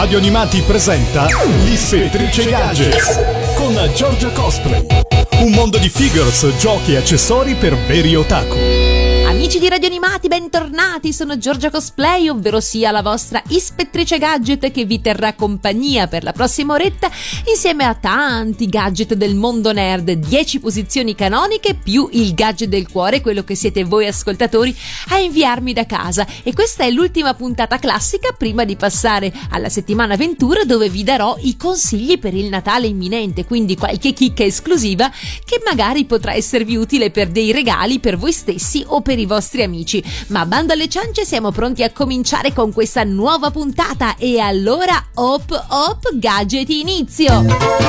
Radio Animati presenta l'Ispettrice Gadgets con Giorgia Cosplay. Un mondo di figures, giochi e accessori per veri otaku. Amici di Radio Animati, bentornati, sono Giorgia Cosplay, ovvero sia la vostra ispettrice gadget che vi terrà compagnia per la prossima oretta insieme a tanti gadget del mondo nerd, 10 posizioni canoniche più il gadget del cuore, quello che siete voi ascoltatori a inviarmi da casa. E questa è l'ultima puntata classica prima di passare alla settimana avventura, dove vi darò i consigli per il Natale imminente, quindi qualche chicca esclusiva che magari potrà esservi utile per dei regali per voi stessi o per i vostri amici. Ma bando alle ciance, siamo pronti a cominciare con questa nuova puntata e allora hop gadget inizio!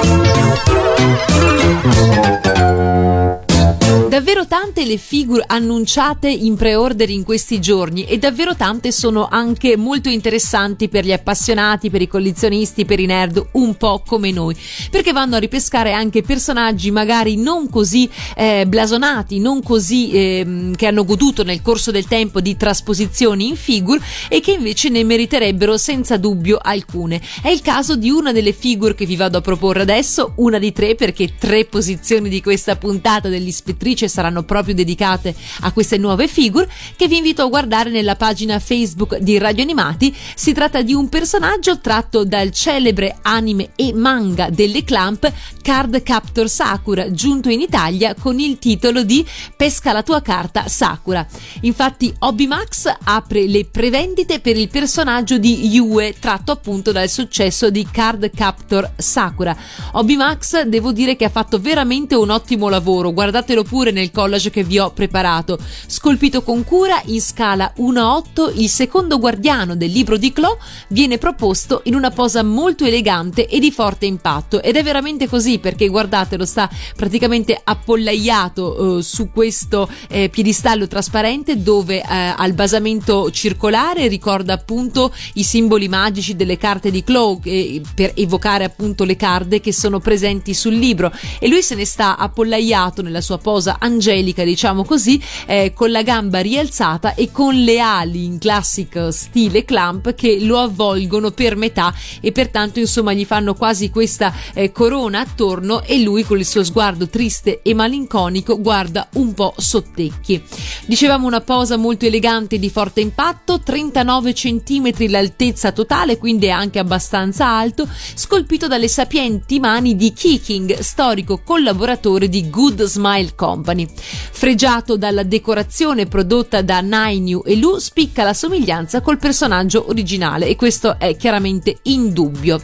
Davvero tante le figure annunciate in pre-order in questi giorni e davvero tante sono anche molto interessanti per gli appassionati, per i collezionisti, per i nerd un po' come noi, perché vanno a ripescare anche personaggi magari non così blasonati, non così che hanno goduto nel corso del tempo di trasposizioni in figure e che invece ne meriterebbero senza dubbio alcune. È il caso di una delle figure che vi vado a proporre adesso, una di 3, perché 3 posizioni di questa puntata dell'Ispettrice saranno proprio dedicate a queste nuove figure, che vi invito a guardare nella pagina Facebook di Radio Animati. Si tratta di un personaggio tratto dal celebre anime e manga delle Clamp, Cardcaptor Sakura, giunto in Italia con il titolo di Pesca la tua carta Sakura. Infatti Obimax apre le prevendite per il personaggio di Yue, tratto appunto dal successo di Cardcaptor Sakura. Obimax, devo dire che ha fatto veramente un ottimo lavoro, guardatelo pure nel collage che vi ho preparato. Scolpito con cura in scala 1:8, il secondo guardiano del libro di Clo viene proposto in una posa molto elegante e di forte impatto, ed è veramente così, perché guardatelo, sta praticamente appollaiato su questo piedistallo trasparente dove al basamento circolare ricorda appunto i simboli magici delle carte di Clo per evocare appunto le carte che sono presenti sul libro, e lui se ne sta appollaiato nella sua posa angelica, diciamo così, con la gamba rialzata e con le ali in classico stile Clamp che lo avvolgono per metà e pertanto insomma gli fanno quasi questa corona attorno, e lui con il suo sguardo triste e malinconico guarda un po' sottecchi. Dicevamo una posa molto elegante e di forte impatto, 39 centimetri l'altezza totale, quindi è anche abbastanza alto, scolpito dalle sapienti mani di Kiking, storico collaboratore di Good Smile Company. Fregiato dalla decorazione prodotta da Nainyu e Lu, spicca la somiglianza col personaggio originale, e questo è chiaramente indubbio.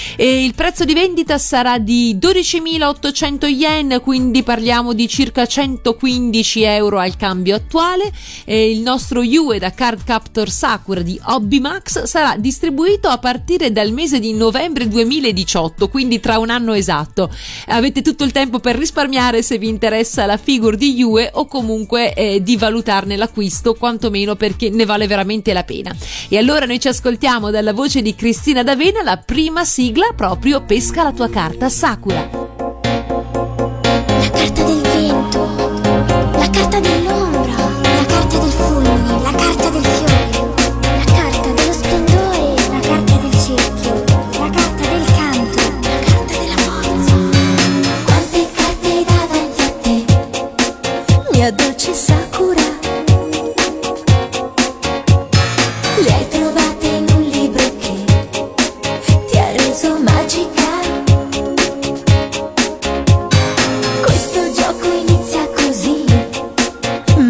E il prezzo di vendita sarà di 12.800 yen, quindi parliamo di circa 115 euro al cambio attuale. E il nostro Yue da Cardcaptor Sakura di Obimax sarà distribuito a partire dal mese di novembre 2018, quindi tra un anno esatto. Avete tutto il tempo per risparmiare se vi interessa la figure di Yue, o comunque di valutarne l'acquisto, quantomeno perché ne vale veramente la pena. E allora noi ci ascoltiamo dalla voce di Cristina D'Avena la prima sigla, proprio Pesca la tua carta Sakura. La carta del vento, la carta dell'ombra, la carta del fulmine, la carta del fiore, la carta dello splendore, la carta del cerchio, la carta del canto, la carta della forza. Quante carte hai davanti a te, mia dolce Sakura? Le hai trovate in un libro che ti ha reso magica? Questo gioco inizia così,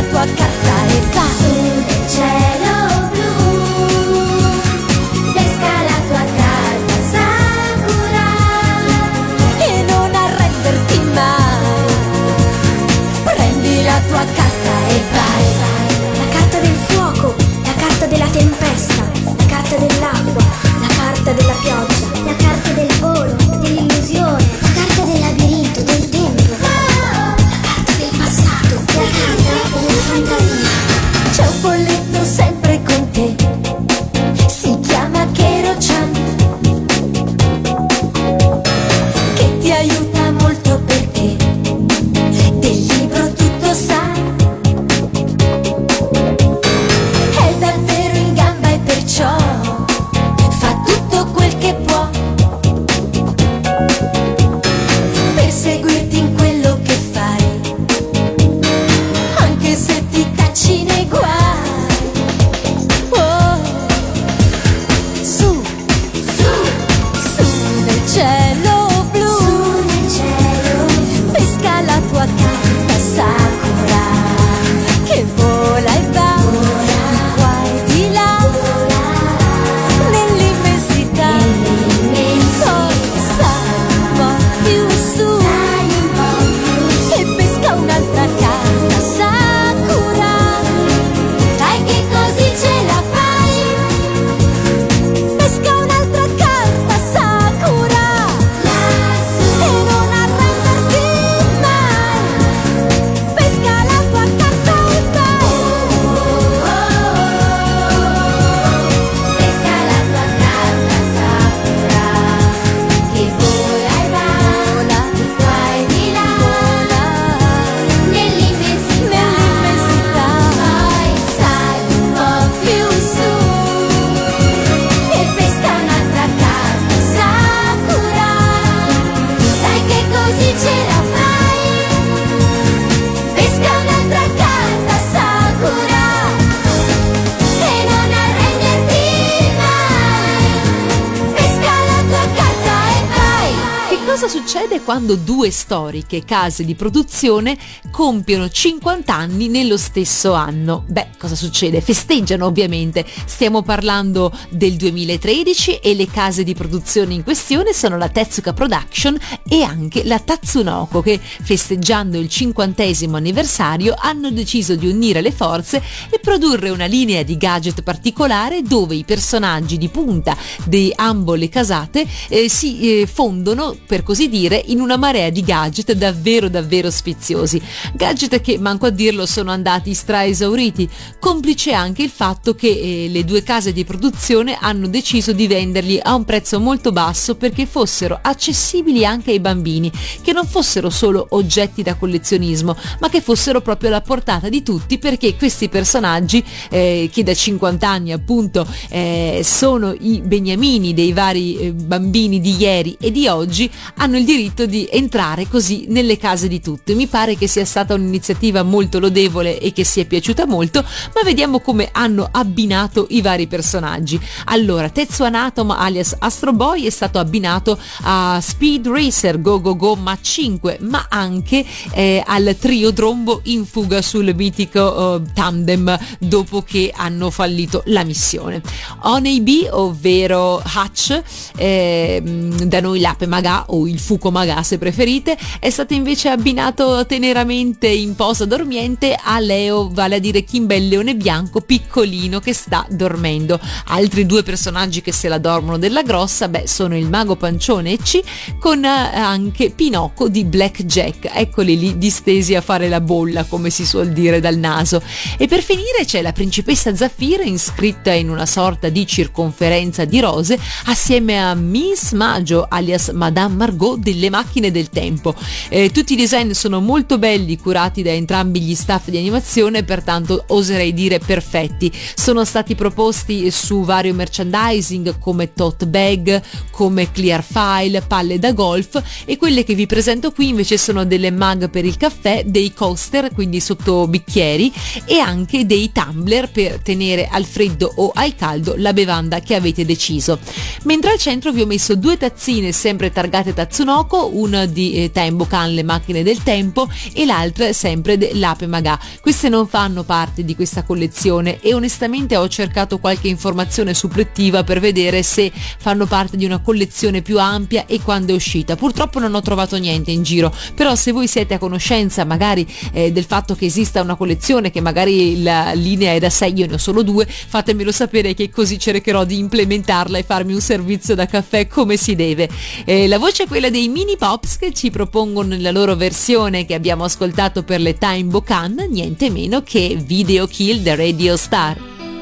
la tua carta e vai su nel cielo blu, pesca la tua carta Sakura e non arrenderti mai, prendi la tua carta e vai. La carta del fuoco, la carta della tempesta, la carta dell'acqua, la carta della pioggia, la carta del volo, dell'illusione, la carta del labirinto, del tempo, la carta del passato, la carta della fantasia. C'è un folletto sempre con te, si chiama Kero-chan, che ti aiuta molto perché del libro tutto sa. È davvero in gamba e perciò fa tutto quel che può per seguirti in quello che fai, anche se ti cacci nei guai. Oh. Su, su, su nel cielo blu, su nel cielo blu, pesca la tua carta Sakura che vola e va di qua e di là, nell'immensità. Poi sai un po' più su e pesca un'altra carta Sakura. Dai che così ce la fai, pesca un'altra carta Sakura e non arrenderti mai, pesca la tua carta e vai. Pesca la tua carta Sakura che vola e va di qua e di là, nell'immensità. Poi sai un po' più su e pesca un'altra carta Sakura. Dai che così ce la fai, pesca un'altra carta Sakura e non arrenderti mai, pesca la tua carta e vai. Che cosa succede quando due storiche case di produzione compiono 50 anni nello stesso anno? Beh, cosa succede? Festeggiano ovviamente. Stiamo parlando del 2013 e le case di produzione in questione sono la Tezuka Production e anche la Tatsunoko, che festeggiando il 50° anniversario hanno deciso di unire le forze e produrre una linea di gadget particolare dove i personaggi di punta di ambo le casate si fondono, per così dire, in una marea di gadget davvero davvero sfiziosi. Gadget che, manco a dirlo, sono andati straesauriti, complice anche il fatto che le due case di produzione hanno deciso di venderli a un prezzo molto basso perché fossero accessibili anche ai bambini, che non fossero solo oggetti da collezionismo, ma che fossero proprio alla portata di tutti, perché questi personaggi che da 50 anni appunto sono i beniamini dei vari bambini di ieri e di oggi, hanno il diritto di entrare così nelle case di tutti. Mi pare che sia stata un'iniziativa molto lodevole e che sia piaciuta molto, ma vediamo come hanno abbinato i vari personaggi. Allora, Tetsuan Atom alias Astro Boy è stato abbinato a Speed Racer Go Go Go Mach 5, ma anche al trio Drombo in fuga sul mitico tandem dopo che hanno fallito la missione. Honey Bee, ovvero Hutch, da noi l'Ape Maga o il Fuko Maga se preferite, è stato invece abbinato teneramente in posa dormiente a Leo, vale a dire Kimba il leone bianco piccolino che sta dormendo. Altri due personaggi che se la dormono della grossa, sono il mago pancione Ecci con anche Pinocchio di Black Jack, eccoli lì distesi a fare la bolla, come si suol dire, dal naso. E per finire c'è la principessa Zaffira iscritta in una sorta di circonferenza di rose assieme a Miss Maggio alias Madame Margot delle macchine del tempo. Tutti i design sono molto belli, curati da entrambi gli staff di animazione, pertanto oserei dire perfetti. Sono stati proposti su vario merchandising come tote bag, come clear file, palle da golf, e quelle che vi presento qui invece sono delle mug per il caffè, dei coaster, quindi sotto bicchieri, e anche dei tumbler per tenere al freddo o al caldo la bevanda che avete deciso. Mentre al centro vi ho messo due tazzine sempre targate Tatsunoko Tatsunoko, una di Tenbokan, le macchine del tempo, e l'altra sempre dell'Ape Maga. Queste non fanno parte di questa collezione e onestamente ho cercato qualche informazione supplettiva per vedere se fanno parte di una collezione più ampia e quando è uscita. Purtroppo non ho trovato niente in giro, però se voi siete a conoscenza magari del fatto che esista una collezione, che magari la linea è da 6, io ne ho solo 2, fatemelo sapere, che così cercherò di implementarla e farmi un servizio da caffè come si deve. La voce è quella dei Mini Pops, che ci propongono nella loro versione che abbiamo ascoltato per le Tenbokan niente meno che Video Kill the Radio Star.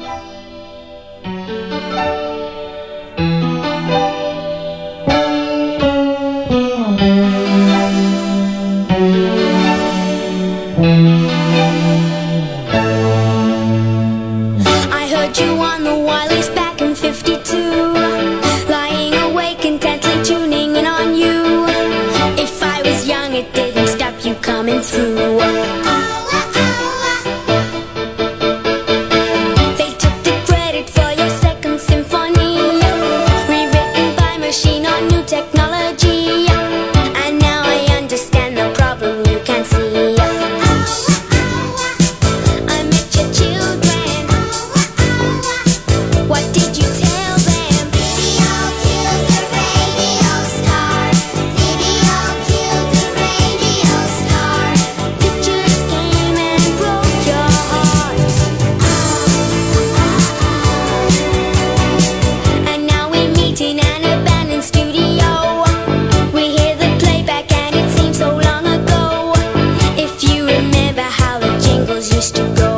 I heard you on the wireless back in 52, lying awake intently tuning in on you. If I was young it didn't stop you coming through. They took the credit for your second symphony, rewritten by machine on new technology, and now I understand the problem you can't see. I met your children. What did you tell them? Video killed the radio star. Video killed the radio star. Pictures came and broke your heart. And now we meet in an abandoned studio. We hear the playback and it seems so long ago. If you remember how the jingles used to go.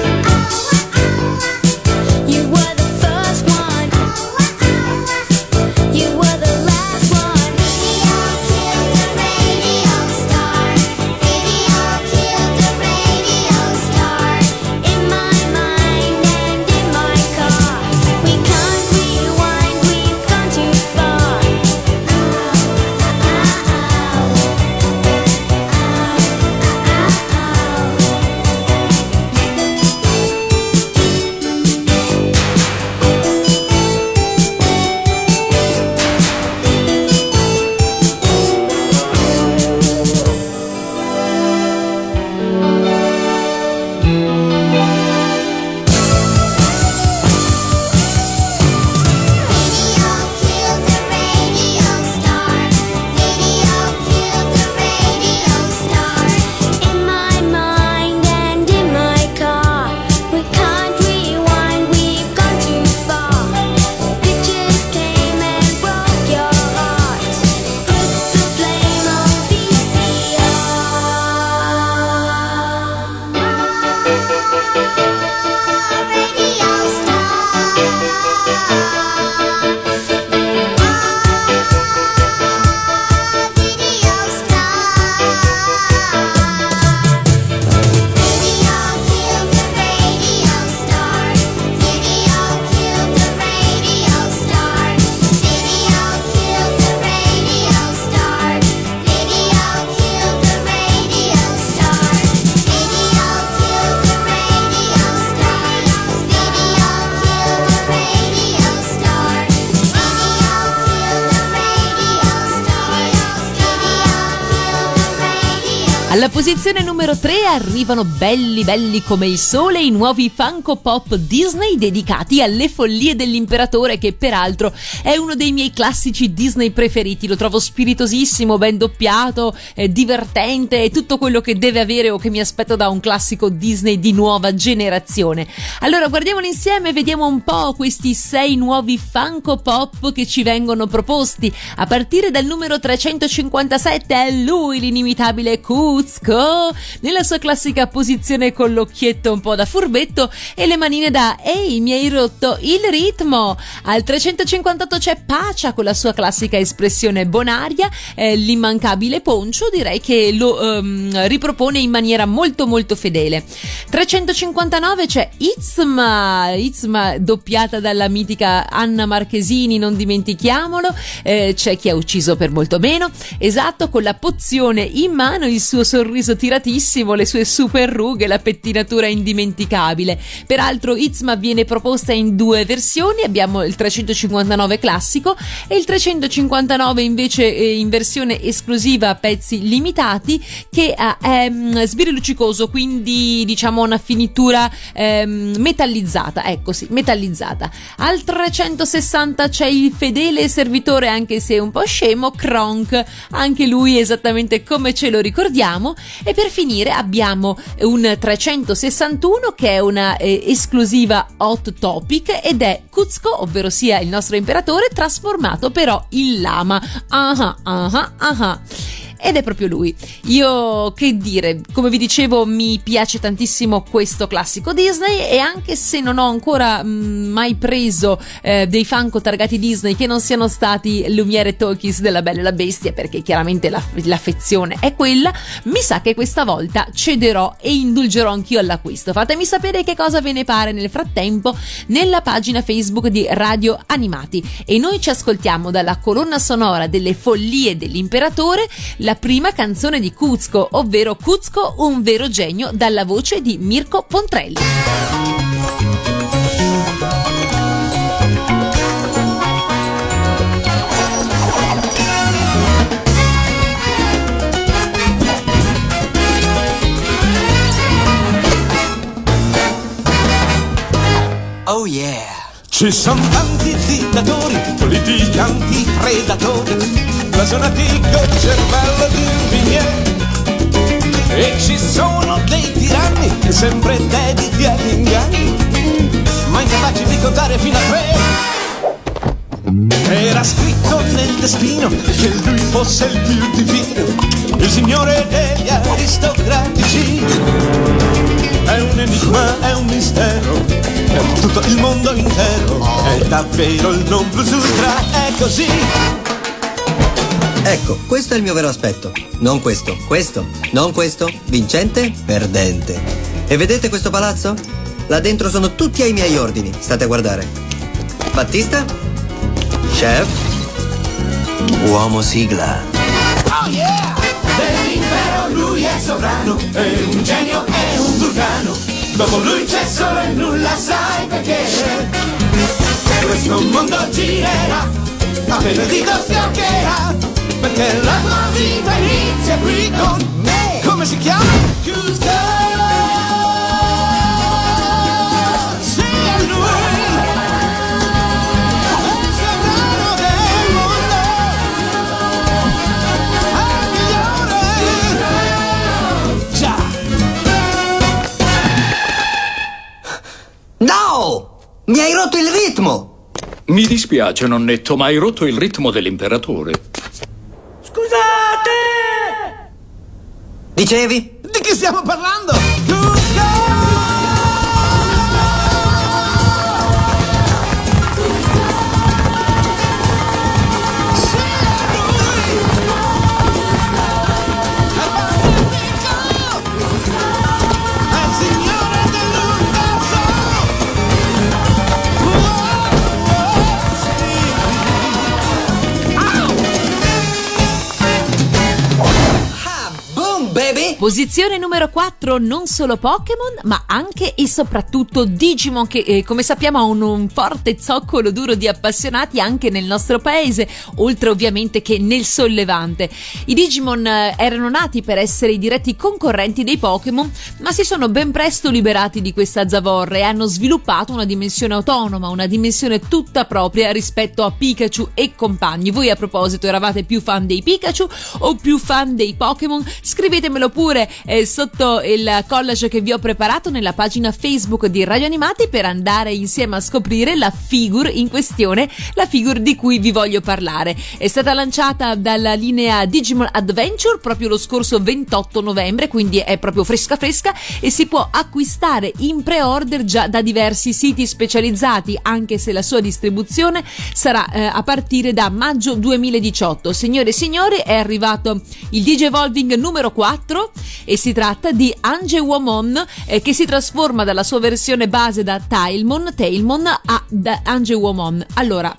You were the first one. You were the last one. Video killed the radio star. Video killed the radio star. In my mind and in my car. We can't rewind, we've gone too far. Video killed the radio star. Video killed the radio star. In my mind and in my car. We can't rewind, we've gone too far. Pictures came and broke your heart. Put the blame on VCR. Radio star. Video star. Video killed the radio star. Video killed the radio star. Video killed the radio star. Video killed the radio star. Video killed the radio star. Alla posizione numero 3 arrivano belli belli come il sole i nuovi Funko Pop Disney dedicati alle follie dell'imperatore, che peraltro è uno dei miei classici Disney preferiti. Lo trovo spiritosissimo, ben doppiato, divertente e tutto quello che deve avere o che mi aspetto da un classico Disney di nuova generazione. Allora guardiamoli insieme e vediamo un po' questi 6 nuovi Funko Pop che ci vengono proposti. A partire dal numero 357 è lui, l'inimitabile Kuzco, nella sua classica posizione con l'occhietto un po' da furbetto e le manine da "Ehi, mi hai rotto il ritmo". Al 358 c'è Pacia con la sua classica espressione bonaria, l'immancabile Poncio direi che lo ripropone in maniera molto molto fedele. 359 c'è Itzma doppiata dalla mitica Anna Marchesini, non dimentichiamolo. C'è chi ha ucciso per molto meno, esatto, con la pozione in mano, il suo sorriso sorriso tiratissimo, le sue super rughe, la pettinatura indimenticabile. Peraltro Itzma viene proposta in due versioni, abbiamo il 359 classico e il 359 invece in versione esclusiva a pezzi limitati, che è sbirluccicoso, quindi diciamo una finitura metallizzata, ecco sì, metallizzata. Al 360 c'è il fedele servitore, anche se un po' scemo, Kronk, anche lui esattamente come ce lo ricordiamo. E per finire abbiamo un 361 che è una esclusiva Hot Topic ed è Kuzco, ovvero sia il nostro imperatore trasformato però in lama. Ed è proprio lui. Io, che dire, come vi dicevo, mi piace tantissimo questo classico Disney, e anche se non ho ancora mai preso dei Funko targati Disney che non siano stati Lumiere Talkies della Bella e la Bestia, perché chiaramente l'affezione è quella, mi sa che questa volta cederò e indulgerò anch'io all'acquisto. Fatemi sapere che cosa ve ne pare nel frattempo nella pagina Facebook di Radio Animati, e noi ci ascoltiamo dalla colonna sonora delle Follie dell'Imperatore la prima canzone di Kuzco, ovvero Kuzco, un vero genio, dalla voce di Mirko Pontrelli. Oh yeah! Ci sono tanti dittatori, politicanti, predatori, blasonati col cervello di un vigneto, e ci sono dei tiranni sempre dediti agli inganni, ma incapaci di contare fino a 3. Era scritto nel destino che lui fosse il più divino, il signore degli aristocratici. È un enigma, è un mistero per tutto il mondo intero, è davvero il non plus ultra, è così. Ecco, questo è il mio vero aspetto. Non questo, non questo, vincente, perdente. E vedete questo palazzo? Là dentro sono tutti ai miei ordini, state a guardare. Battista? Chef? Uomo sigla. Oh yeah! Dell'impero lui è sovrano, è un genio, è un vulcano. Dopo lui c'è solo il nulla, sai perché? Questo mondo girerà, appena il dito scoccherà, perché la tua vita inizia qui con me. Come si chiama? Kuzco. Sì, è lui, il sovrano del mondo, è il migliore. Già. No! Mi hai rotto il ritmo! Mi dispiace, nonnetto, ma hai rotto il ritmo dell'imperatore. Scusate! Dicevi? Di che stiamo parlando? Kuzco! Posizione numero 4, non solo Pokémon, ma anche e soprattutto Digimon, che come sappiamo ha un forte zoccolo duro di appassionati anche nel nostro paese, oltre ovviamente che nel sollevante. I Digimon erano nati per essere i diretti concorrenti dei Pokémon, ma si sono ben presto liberati di questa zavorra e hanno sviluppato una dimensione autonoma, una dimensione tutta propria rispetto a Pikachu e compagni. Voi a proposito eravate più fan dei Pikachu o più fan dei Pokémon? Scrivetemelo pure sotto il collage che vi ho preparato nella pagina Facebook di Radio Animati, per andare insieme a scoprire la figure in questione, la figure di cui vi voglio parlare. È stata lanciata dalla linea Digimon Adventure proprio lo scorso 28 novembre, quindi è proprio fresca e si può acquistare in pre-order già da diversi siti specializzati, anche se la sua distribuzione sarà a partire da maggio 2018. Signore e signori, è arrivato il Digivolving numero 4 e si tratta di Angewomon, che si trasforma dalla sua versione base da Tailmon a Angewomon. Allora,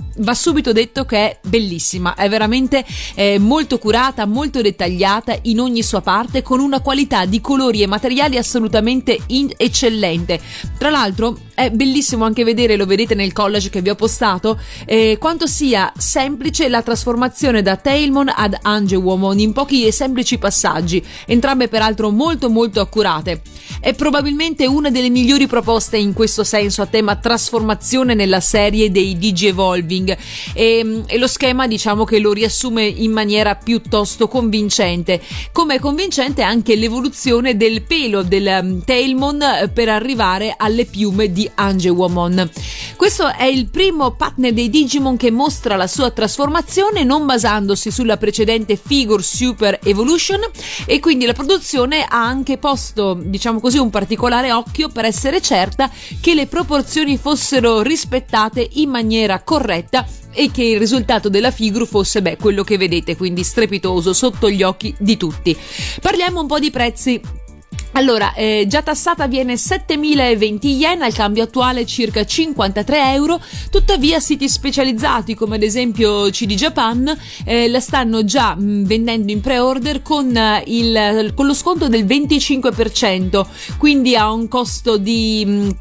va subito detto che è bellissima, è veramente molto curata, molto dettagliata in ogni sua parte, con una qualità di colori e materiali assolutamente eccellente. Tra l'altro è bellissimo anche vedere, lo vedete nel collage che vi ho postato, quanto sia semplice la trasformazione da Tailmon ad Ange-Woman in pochi e semplici passaggi, entrambe peraltro molto molto accurate. È probabilmente una delle migliori proposte in questo senso a tema trasformazione nella serie dei Digi-Evolving, e lo schema diciamo che lo riassume in maniera piuttosto convincente, come è convincente anche l'evoluzione del pelo del Tailmon per arrivare alle piume di Ange-Woman. Questo è il primo partner dei Digimon che mostra la sua trasformazione non basandosi sulla precedente Figure Super Evolution, e quindi la produzione ha anche posto, diciamo così, un particolare occhio per essere certa che le proporzioni fossero rispettate in maniera corretta e che il risultato della figure fosse quello che vedete, quindi strepitoso sotto gli occhi di tutti. Parliamo un po' di prezzi. Allora, già tassata viene 7.020 yen, al cambio attuale circa 53 euro. Tuttavia siti specializzati come ad esempio CD Japan la stanno già vendendo in pre-order con lo sconto del 25%, quindi a un costo di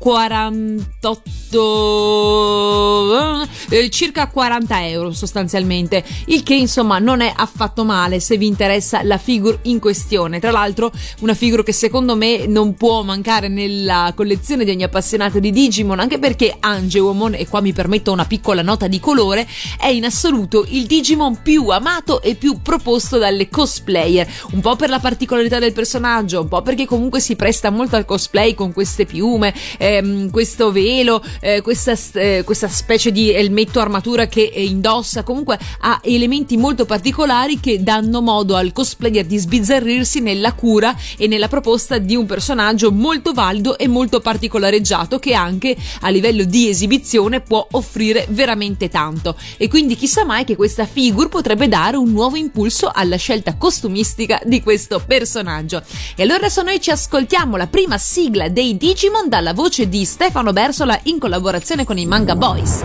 48 circa 40 euro sostanzialmente, il che insomma non è affatto male se vi interessa la figure in questione. Tra l'altro una figure che secondo me non può mancare nella collezione di ogni appassionato di Digimon, anche perché Ange-Woman, e qua mi permetto una piccola nota di colore, è in assoluto il Digimon più amato e più proposto dalle cosplayer, un po' per la particolarità del personaggio, un po' perché comunque si presta molto al cosplay con queste piume, questo velo, questa specie di elmetto armatura che indossa, comunque ha elementi molto particolari che danno modo al cosplayer di sbizzarrirsi nella cura e nella proposta di un personaggio molto valido e molto particolareggiato, che anche a livello di esibizione può offrire veramente tanto, e quindi chissà mai che questa figure potrebbe dare un nuovo impulso alla scelta costumistica di questo personaggio. E allora adesso noi ci ascoltiamo la prima sigla dei Digimon dalla voce di Stefano Bersola in collaborazione con i Manga Boys.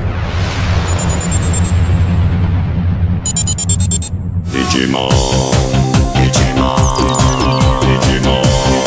Digimon, Digimon, Digimon.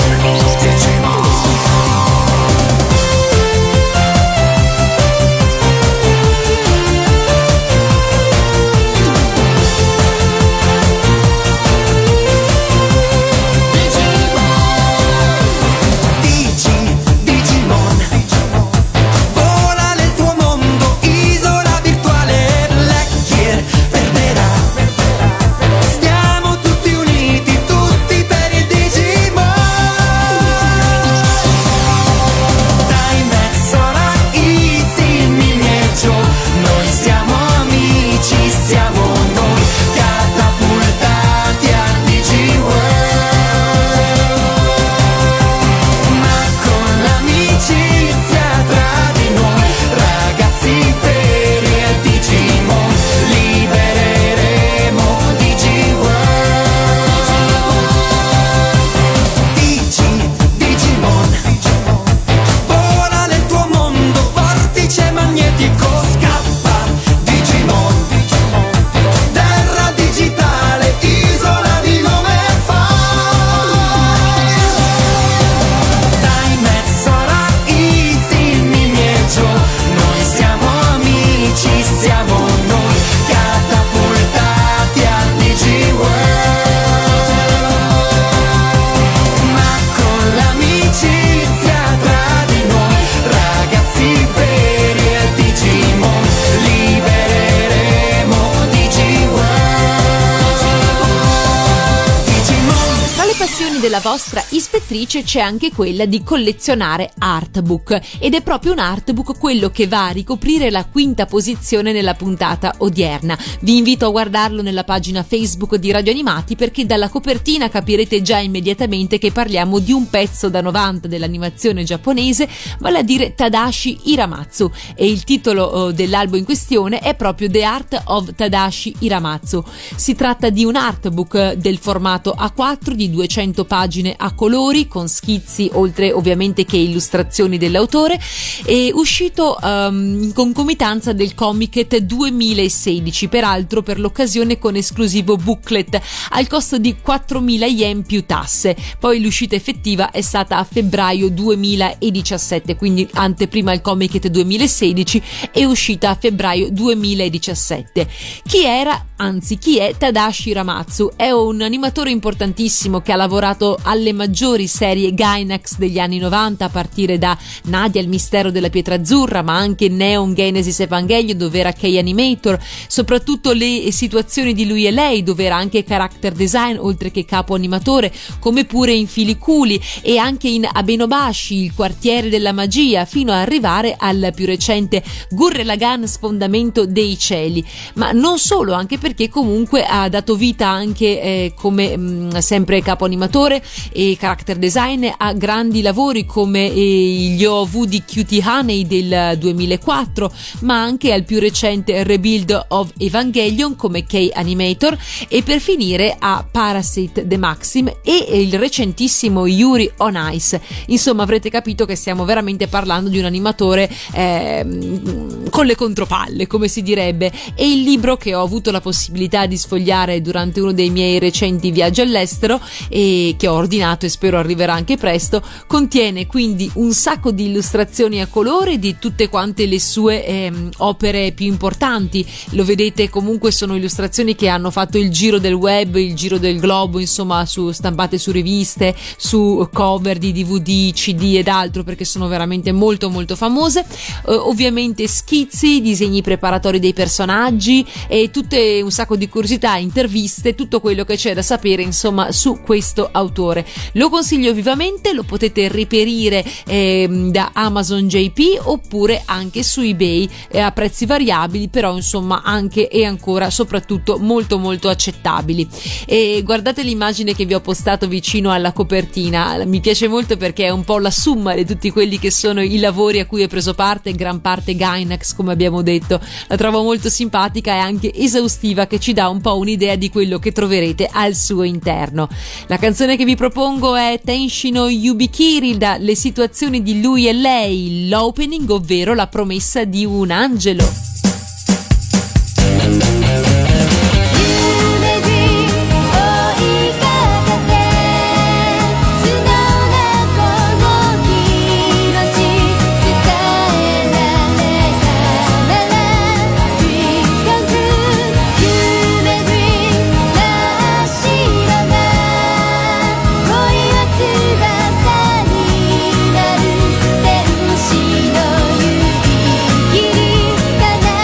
Della vostra ispettrice c'è anche quella di collezionare artbook, ed è proprio un artbook quello che va a ricoprire la quinta posizione nella puntata odierna. Vi invito a guardarlo nella pagina Facebook di Radio Animati, perché dalla copertina capirete già immediatamente che parliamo di un pezzo da 90 dell'animazione giapponese, vale a dire Tadashi Hiramatsu, e il titolo dell'album in questione è proprio The Art of Tadashi Hiramatsu. Si tratta di un artbook del formato A4 di 200 pagine pagine a colori con schizzi oltre ovviamente che illustrazioni dell'autore, è uscito in concomitanza del Comiket 2016, peraltro per l'occasione con esclusivo booklet al costo di 4.000 yen più tasse. Poi l'uscita effettiva è stata a febbraio 2017, quindi anteprima il Comiket 2016 e uscita a febbraio 2017. Chi è Tadashi Ramatsu? È un animatore importantissimo che ha lavorato alle maggiori serie Gainax degli anni 90, a partire da Nadia il mistero della pietra azzurra, ma anche Neon Genesis Evangelion, dove era Kei Animator, soprattutto le situazioni di Lui e Lei, dove era anche character design oltre che capo animatore, come pure in Filiculi e anche in Abenobashi, il quartiere della magia, fino ad arrivare al più recente Gurren Lagann Sfondamento dei cieli. Ma non solo, anche perché comunque ha dato vita anche come sempre capo animatore e character design a grandi lavori come gli OV di Cutie Honey del 2004, ma anche al più recente Rebuild of Evangelion come Kei Animator, e per finire a Parasite The Maxim e il recentissimo Yuri on Ice. Insomma, avrete capito che stiamo veramente parlando di un animatore con le contropalle, come si direbbe. E il libro che ho avuto la possibilità di sfogliare durante uno dei miei recenti viaggi all'estero e che ho ordinato e spero arriverà anche presto, contiene quindi un sacco di illustrazioni a colore di tutte quante le sue opere più importanti. Lo vedete, comunque sono illustrazioni che hanno fatto il giro del web, il giro del globo, insomma, stampate su riviste, su cover di DVD, CD ed altro, perché sono veramente molto molto famose. Ovviamente schizzi, disegni preparatori dei personaggi e tutte un sacco di curiosità, interviste, tutto quello che c'è da sapere insomma su questo autore. Lo consiglio vivamente, lo potete reperire da Amazon JP oppure anche su eBay a prezzi variabili, però insomma anche e ancora soprattutto molto molto accettabili. E guardate l'immagine che vi ho postato vicino alla copertina, mi piace molto perché è un po' la summa di tutti quelli che sono i lavori a cui è preso parte, gran parte Gainax come abbiamo detto. La trovo molto simpatica e anche esaustiva, che ci dà un po' un'idea di quello che troverete al suo interno. La canzone che vi propongo è Tenshino Yubikiri da Le situazioni di Lui e Lei, l'opening, ovvero la promessa di un angelo. 「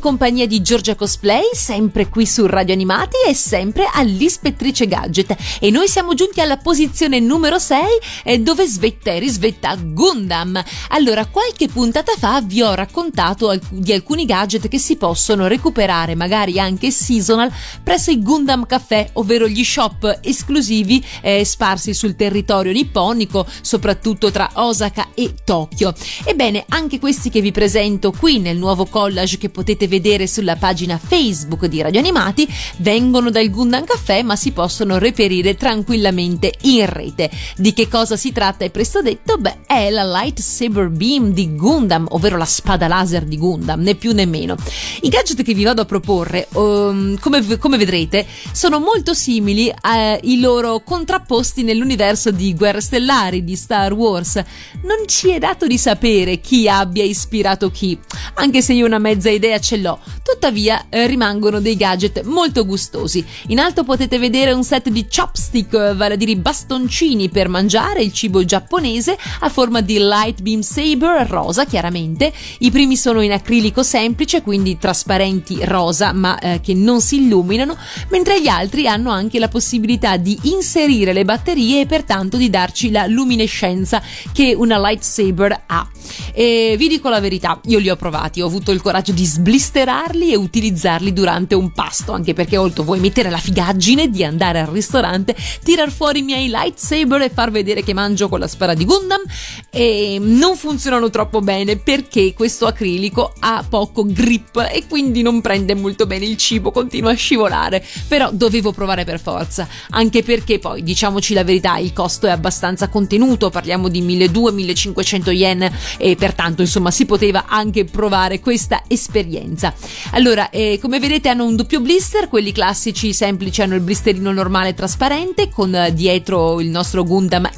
compagnia di Giorgia Cosplay, sempre qui su Radio Animati e sempre all'Ispettrice Gadget, e noi siamo giunti alla posizione numero 6, dove svetta e risvetta Gundam. Allora, qualche puntata fa vi ho raccontato di alcuni gadget che si possono recuperare, magari anche seasonal, presso i Gundam Café, ovvero gli shop esclusivi sparsi sul territorio nipponico, soprattutto tra Osaka e Tokyo. Ebbene, anche questi che vi presento qui nel nuovo collage che potete vedere sulla pagina Facebook di Radio Animati vengono dal Gundam Café, ma si possono reperire tranquillamente in rete. Di che cosa si tratta è presto detto. È la Lightsaber Beam di Gundam, ovvero la spada laser di Gundam, né più né meno. I gadget che vi vado a proporre, come vedrete, sono molto simili ai loro contrapposti nell'universo di Guerre Stellari di Star Wars. Non ci è dato di sapere chi abbia ispirato chi, anche se io una mezza idea ce l'ho. Tuttavia rimangono dei gadget molto gustosi. In alto potete vedere un set di chopstick, vale a dire bastoncini per mangiare il cibo giapponese, a forma di Light Beam Saber rosa, chiaramente. I primi sono in acrilico semplice, quindi trasparenti rosa, ma che non si illuminano, mentre gli altri hanno anche la possibilità di inserire le batterie e pertanto di darci la luminescenza che una lightsaber ha. E vi dico la verità, io li ho provati, ho avuto il coraggio di sblisterarli e utilizzarli durante un pasto, anche perché vuoi mettere la figaggine di andare al ristorante, tirar fuori i miei lightsaber e far vedere che mangio con la spada di Gundam, e non funzionano troppo bene perché questo acrilico ha poco grip e quindi non prende molto bene il cibo, continua a scivolare. Però dovevo provare per forza, anche perché poi, diciamoci la verità, il costo è abbastanza contenuto, parliamo di 1.200-1.500 yen, e pertanto insomma si poteva anche provare questa esperienza. Allora, come vedete hanno un doppio blister. Quelli classici semplici hanno il blisterino normale trasparente con dietro il nostro Gundam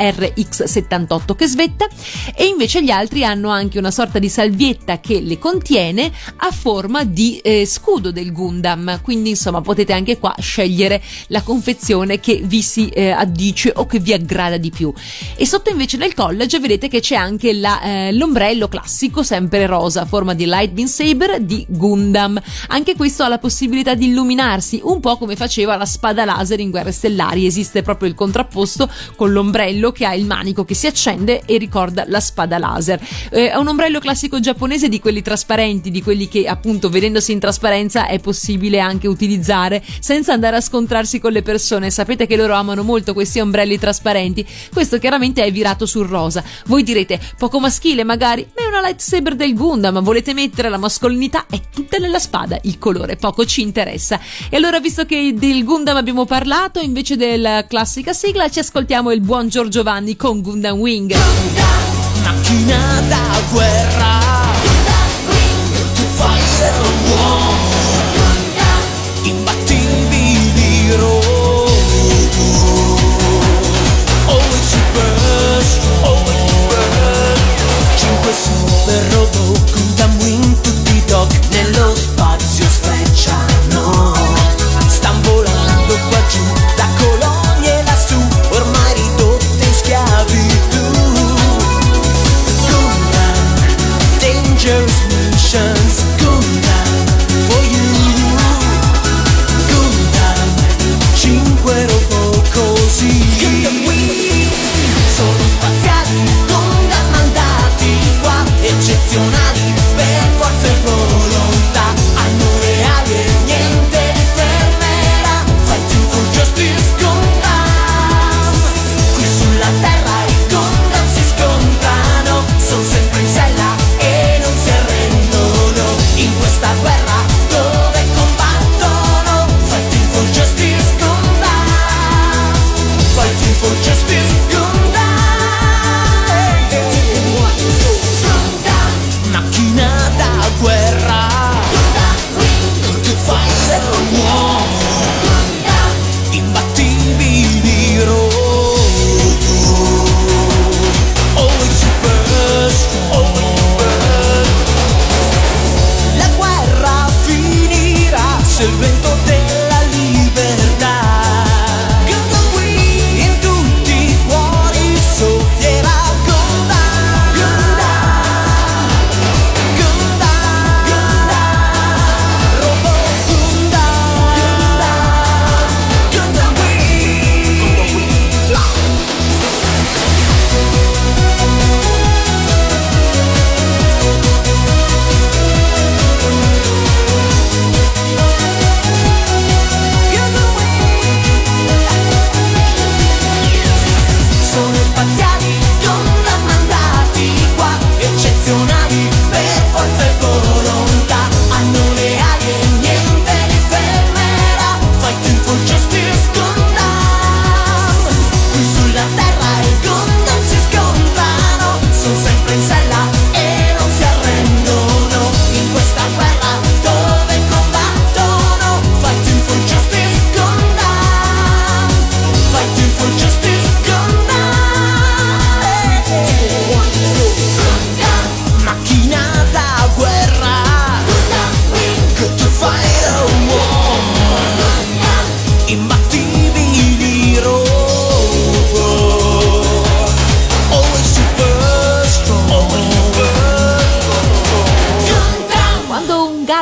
RX78 che svetta, e invece gli altri hanno anche una sorta di salvietta che le contiene a forma di scudo del Gundam, quindi insomma potete anche qua scegliere la confezione che vi si addice o che vi aggrada di più. E sotto invece nel collage vedete che c'è anche l'ombrello classico, sempre rosa, a forma di Light Beam Saber di Gundam. Anche questo ha la possibilità di illuminarsi, un po' come faceva la spada laser in Guerre Stellari. Esiste proprio il contrapposto con l'ombrello che ha il manico che si accende e ricorda la spada laser. È un ombrello classico giapponese, di quelli trasparenti, di quelli che appunto vedendosi in trasparenza è possibile anche utilizzare senza andare a scontrarsi con le persone. Sapete che loro amano molto questi ombrelli trasparenti. Questo chiaramente è virato sul rosa. Voi direte, poco maschile magari, ma è una lightsaber del Gundam, volete mettere la mascolinità? È tutta nella spada, il colore poco ci interessa. E allora, visto che del Gundam abbiamo parlato, invece della classica sigla ci ascoltiamo il buon Giorgio Vanni con Gundam Wing. Macchina da guerra, tu fai imbattibili road. Always first, always first. 5 super robot Gundam Wing, tutti dog nello spazio sfrecciano. Stan volando qua giù, da colonie lassù, ormai ridotte in schiavitù. Gundam,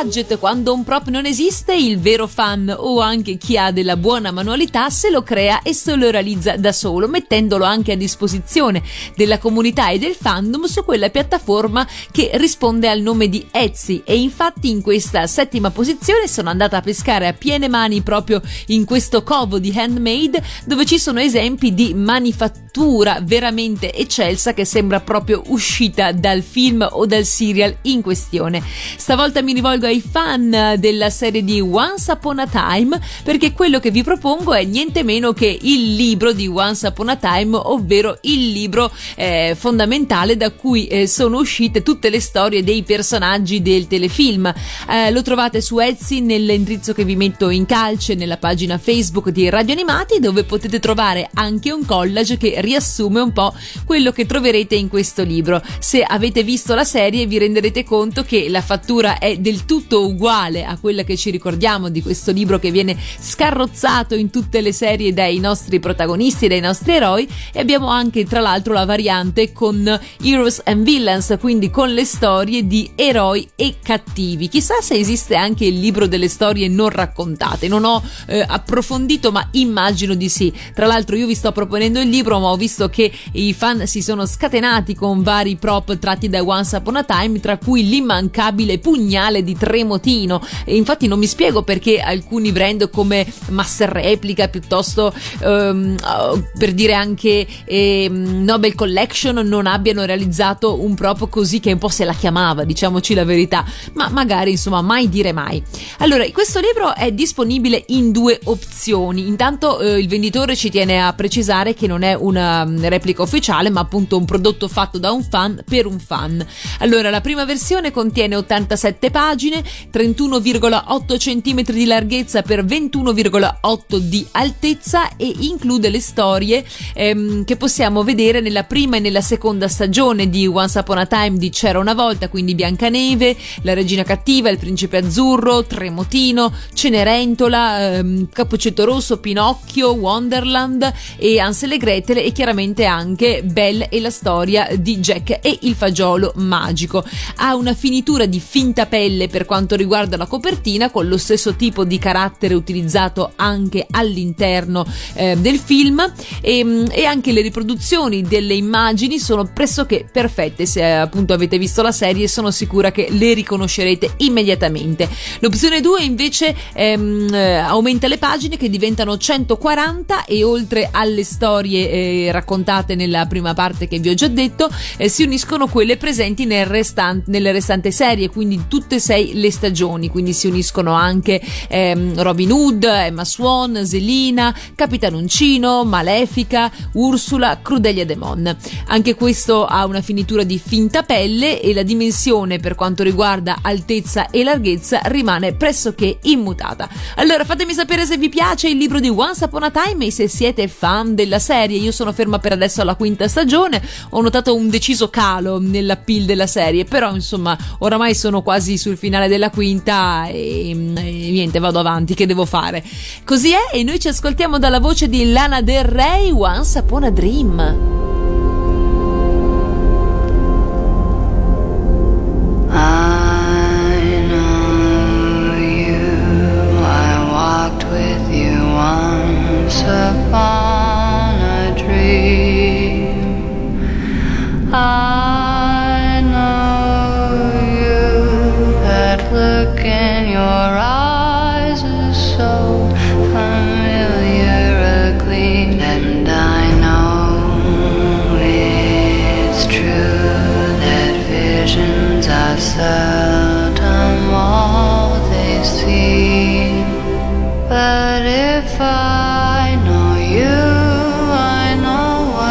budget, quando un prop non esiste, il vero fan o anche chi ha della buona manualità se lo crea e se lo realizza da solo, mettendolo anche a disposizione della comunità e del fandom su quella piattaforma che risponde al nome di Etsy. E infatti in questa 7ª posizione sono andata a pescare a piene mani proprio in questo covo di handmade, dove ci sono esempi di manifattura veramente eccelsa che sembra proprio uscita dal film o dal serial in questione. Stavolta mi rivolgo ai fan della serie di Once Upon a Time, perché quello che vi propongo è niente meno che il libro di Once Upon a Time, ovvero il libro fondamentale da cui sono uscite tutte le storie dei personaggi del telefilm. Lo trovate su Etsy nell'indirizzo che vi metto in calce nella pagina Facebook di Radio Animati, dove potete trovare anche un collage che riassume un po' quello che troverete in questo libro. Se avete visto la serie vi renderete conto che la fattura è del tutto uguale a quella che ci ricordiamo di questo libro, che viene scarrozzato in tutte le serie dai nostri protagonisti, dai nostri eroi, e abbiamo anche tra l'altro la variante con Heroes and Villains, quindi con le storie di eroi e cattivi. Chissà se esiste anche il libro delle storie non raccontate, non ho approfondito, ma immagino di sì. Tra l'altro io vi sto proponendo il libro, ma ho visto che i fan si sono scatenati con vari prop tratti da Once Upon a Time, tra cui l'immancabile pugnale di Tremotino. E infatti non mi spiego perché alcuni brand come Master Replica, piuttosto per dire anche Nobel Collection, non abbiano realizzato un prop così, che un po' se la chiamava, diciamoci la verità, ma magari insomma mai dire mai. Allora, questo libro è disponibile in 2 opzioni. Intanto il venditore ci tiene a precisare che non è una replica ufficiale, ma appunto un prodotto fatto da un fan per un fan. Allora, la prima versione contiene 87 pagine, 31,8 cm di larghezza per 21,8 di altezza, e include le storie che possiamo vedere nella prima e nella seconda stagione di Once Upon a Time di C'era una volta, quindi Biancaneve, la regina cattiva, il principe azzurro, Tremotino, Cenerentola, Cappuccetto Rosso, Pinocchio, Wonderland e Hansel e Gretel, e chiaramente anche Belle e la storia di Jack e il fagiolo magico. Ha una finitura di finta pelle per quanto riguarda la copertina, con lo stesso tipo di carattere utilizzato anche all'interno del film, e anche le riproduzioni delle immagini sono pressoché perfette. Se appunto avete visto la serie, sono sicura che le riconoscerete immediatamente. L'opzione 2 invece aumenta le pagine, che diventano 140, e oltre alle storie raccontate nella prima parte che vi ho già detto, si uniscono quelle presenti nelle restanti serie, quindi tutte e 6 le stagioni. Quindi si uniscono anche Robin Hood, Emma Swan, Zelina, Capitan Uncino, Malefica, Ursula, Crudelia Demon. Anche questo ha una finitura di finta pelle, e la dimensione per quanto riguarda altezza e larghezza rimane pressoché immutata. Allora, fatemi sapere se vi piace il libro di Once Upon a Time e se siete fan della serie. Io sono ferma per adesso alla 5ª stagione, ho notato un deciso calo nell'appeal della serie, però insomma oramai sono quasi sul finale della 5ª e niente, vado avanti, che devo fare? Così è, e noi ci ascoltiamo dalla voce di Lana Del Rey, Once Upon a Dream. I know you, I walked with you once upon a dream. I know you, that look in your eyes is so familiar a gleam, and I know it's true that visions are seldom all they seem. But if I know you, I know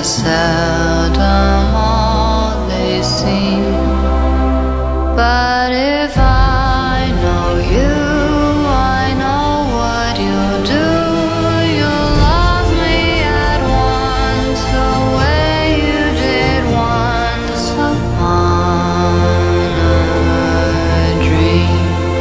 seldom all they seem. But if I know you, I know what you'll do. You'll love me at once, the way you did once upon a dream.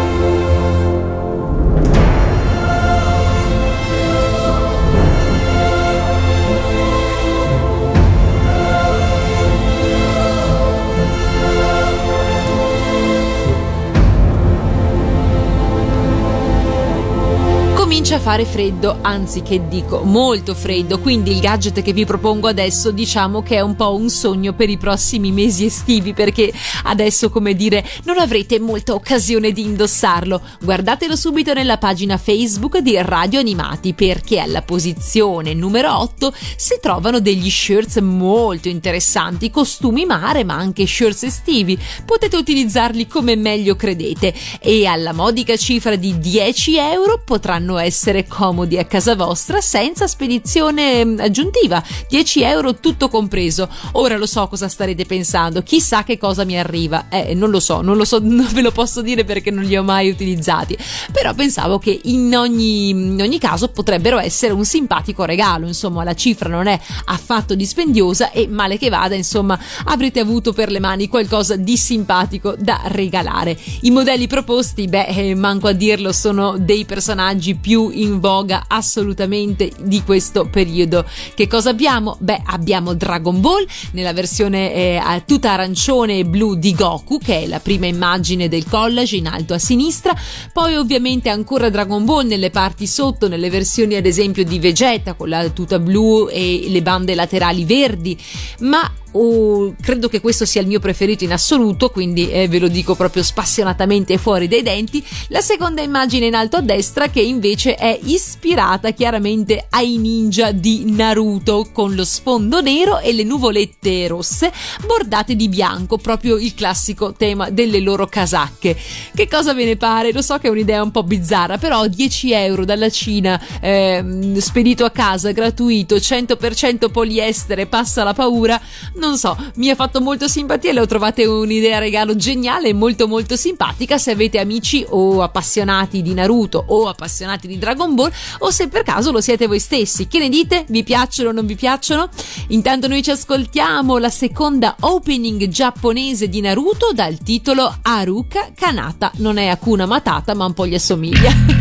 Comincia a fare freddo, anzi che dico molto freddo, quindi il gadget che vi propongo adesso diciamo che è un po' un sogno per i prossimi mesi estivi, perché adesso, come dire, non avrete molta occasione di indossarlo. Guardatelo subito nella pagina Facebook di Radio Animati, perché alla posizione numero 8 si trovano degli shirts molto interessanti, costumi mare ma anche shirts estivi. Potete utilizzarli come meglio credete e alla modica cifra di 10 euro potranno essere comodi a casa vostra senza spedizione aggiuntiva. 10 euro tutto compreso. Ora lo so cosa starete pensando, chissà che cosa mi arriva. Non lo so, non ve lo posso dire perché non li ho mai utilizzati, però pensavo che in ogni caso potrebbero essere un simpatico regalo. Insomma, la cifra non è affatto dispendiosa e male che vada, insomma, avrete avuto per le mani qualcosa di simpatico da regalare. I modelli proposti, manco a dirlo, sono dei personaggi più in voga assolutamente di questo periodo. Che cosa abbiamo? Abbiamo Dragon Ball nella versione tutta arancione e blu di Goku, che è la prima immagine del collage in alto a sinistra. Poi ovviamente ancora Dragon Ball nelle parti sotto, nelle versioni ad esempio di Vegeta con la tuta blu e le bande laterali verdi, ma credo che questo sia il mio preferito in assoluto, quindi ve lo dico proprio spassionatamente fuori dai denti. La seconda immagine in alto a destra, che invece è ispirata chiaramente ai ninja di Naruto, con lo sfondo nero e le nuvolette rosse bordate di bianco, proprio il classico tema delle loro casacche. Che cosa ve ne pare? Lo so che è un'idea un po' bizzarra, però 10 euro dalla Cina, spedito a casa, gratuito, 100% poliestere, passa la paura. Non so, mi ha fatto molto simpatia e lo trovate un'idea regalo geniale e molto molto simpatica se avete amici o appassionati di Naruto o appassionati di Dragon Ball, o se per caso lo siete voi stessi. Che ne dite? Vi piacciono o non vi piacciono? Intanto noi ci ascoltiamo la seconda opening giapponese di Naruto dal titolo Haruka Kanata. Non è Hakuna Matata, ma un po' gli assomiglia.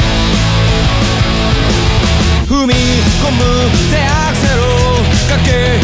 Umi 込む手アクセルかけ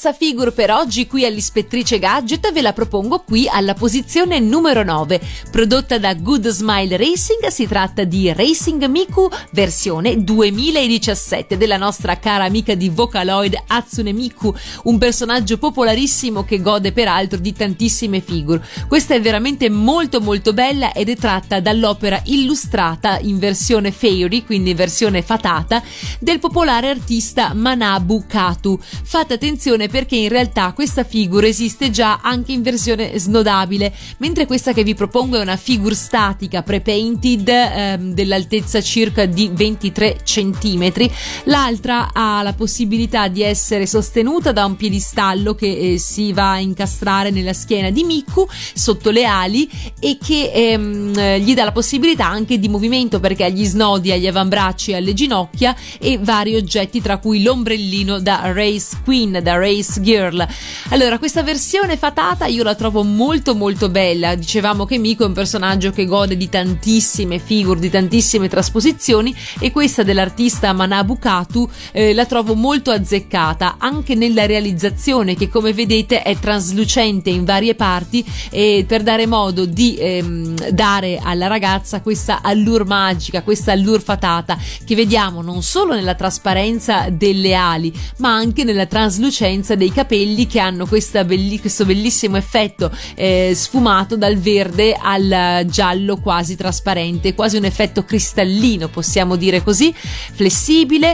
terza figure per oggi qui all'Ispettrice Gadget ve la propongo qui alla posizione numero 9. Prodotta da Good Smile Racing, si tratta di Racing Miku versione 2017 della nostra cara amica di Vocaloid Hatsune Miku, un personaggio popolarissimo che gode peraltro di tantissime figure. Questa è veramente molto molto bella ed è tratta dall'opera illustrata in versione Fairy, quindi versione fatata, del popolare artista Manabu Katu. Fate attenzione perché in realtà questa figura esiste già anche in versione snodabile, mentre questa che vi propongo è una figure statica pre-painted dell'altezza circa di 23 cm. L'altra ha la possibilità di essere sostenuta da un piedistallo che si va a incastrare nella schiena di Miku sotto le ali e che gli dà la possibilità anche di movimento, perché ha gli snodi agli avambracci e alle ginocchia e vari oggetti tra cui l'ombrellino da Race Queen, da Race Girl. Allora, questa versione fatata io la trovo molto molto bella. Dicevamo che Miku è un personaggio che gode di tantissime figure, di tantissime trasposizioni, e questa dell'artista Manabu Katu la trovo molto azzeccata anche nella realizzazione, che come vedete è traslucente in varie parti per dare modo di dare alla ragazza questa allure magica, questa allure fatata che vediamo non solo nella trasparenza delle ali ma anche nella traslucenza dei capelli, che hanno questo bellissimo effetto sfumato dal verde al giallo quasi trasparente, quasi un effetto cristallino, possiamo dire così, flessibile,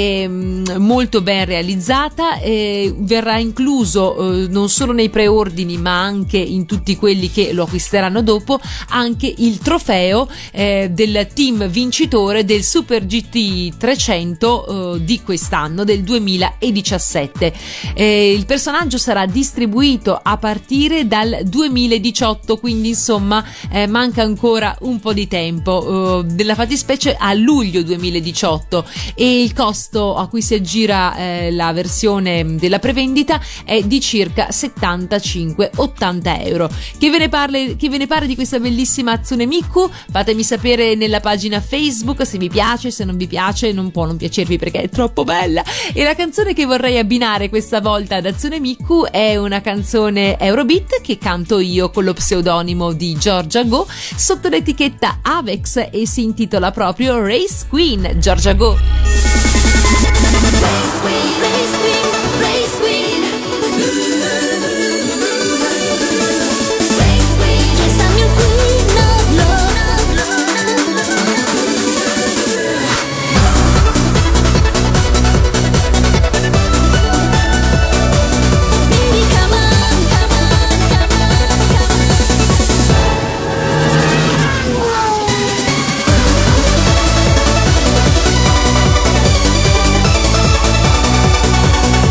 molto ben realizzata. Verrà incluso non solo nei preordini ma anche in tutti quelli che lo acquisteranno dopo anche il trofeo del team vincitore del Super GT 300 di quest'anno, del 2017. Il personaggio sarà distribuito a partire dal 2018, quindi insomma manca ancora un po' di tempo, della fattispecie a luglio 2018, e il costo a cui si aggira la versione della prevendita è di circa 75-80 euro. Che ve ne pare di questa bellissima Hatsune Miku? Fatemi sapere nella pagina Facebook se vi piace, se non vi piace non può non piacervi perché è troppo bella. E la canzone che vorrei abbinare questa volta ad Hatsune Miku è una canzone Eurobeat che canto io con lo pseudonimo di Georgia Go sotto l'etichetta Avex e si intitola proprio Race Queen. Georgia Go. Race Queen, Race Queen, Race Queen. Race Queen, yes, I'm your queen of love. Baby, come on, come on, come on, come on.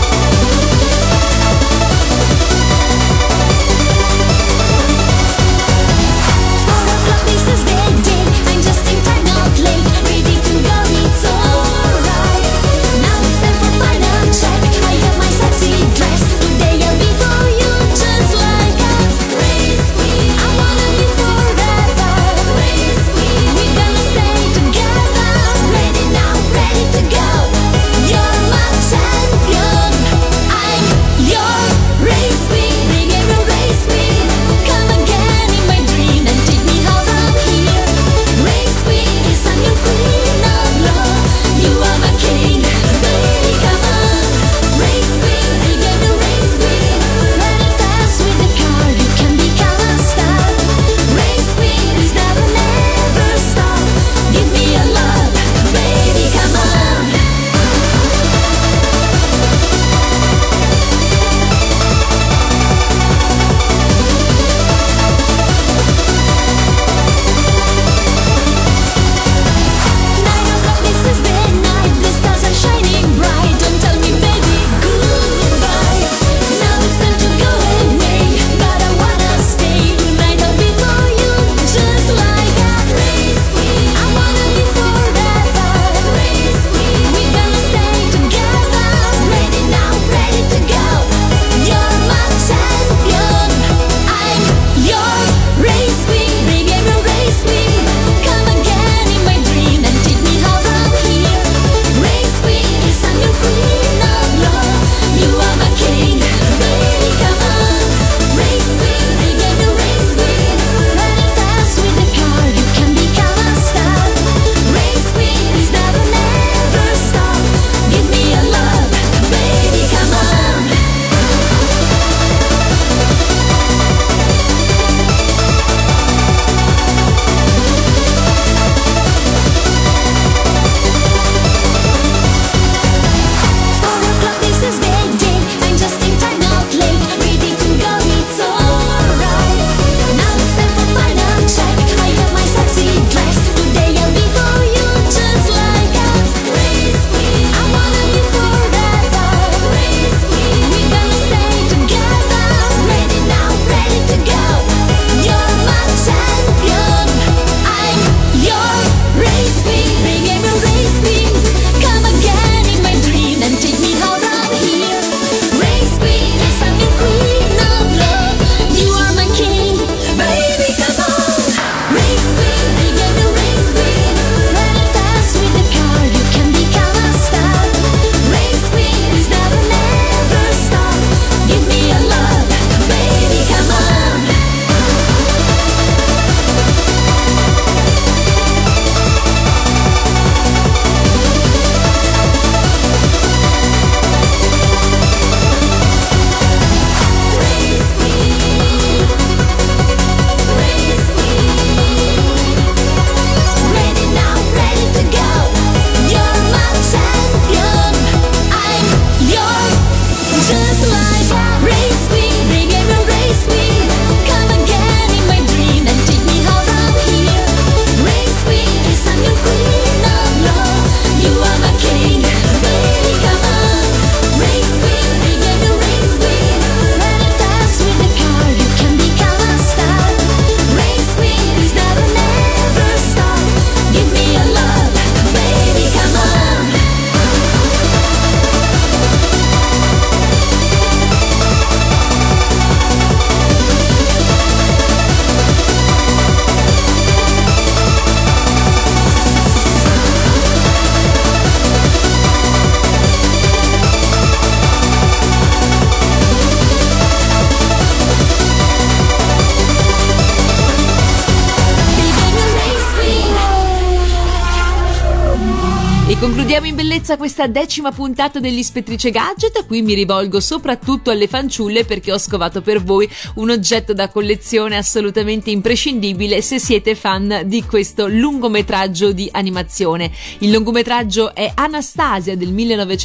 E concludiamo in bellezza questa 10ª puntata dell'Ispettrice Gadget. A cui mi rivolgo soprattutto alle fanciulle, perché ho scovato per voi un oggetto da collezione assolutamente imprescindibile se siete fan di questo lungometraggio di animazione. Il lungometraggio è Anastasia del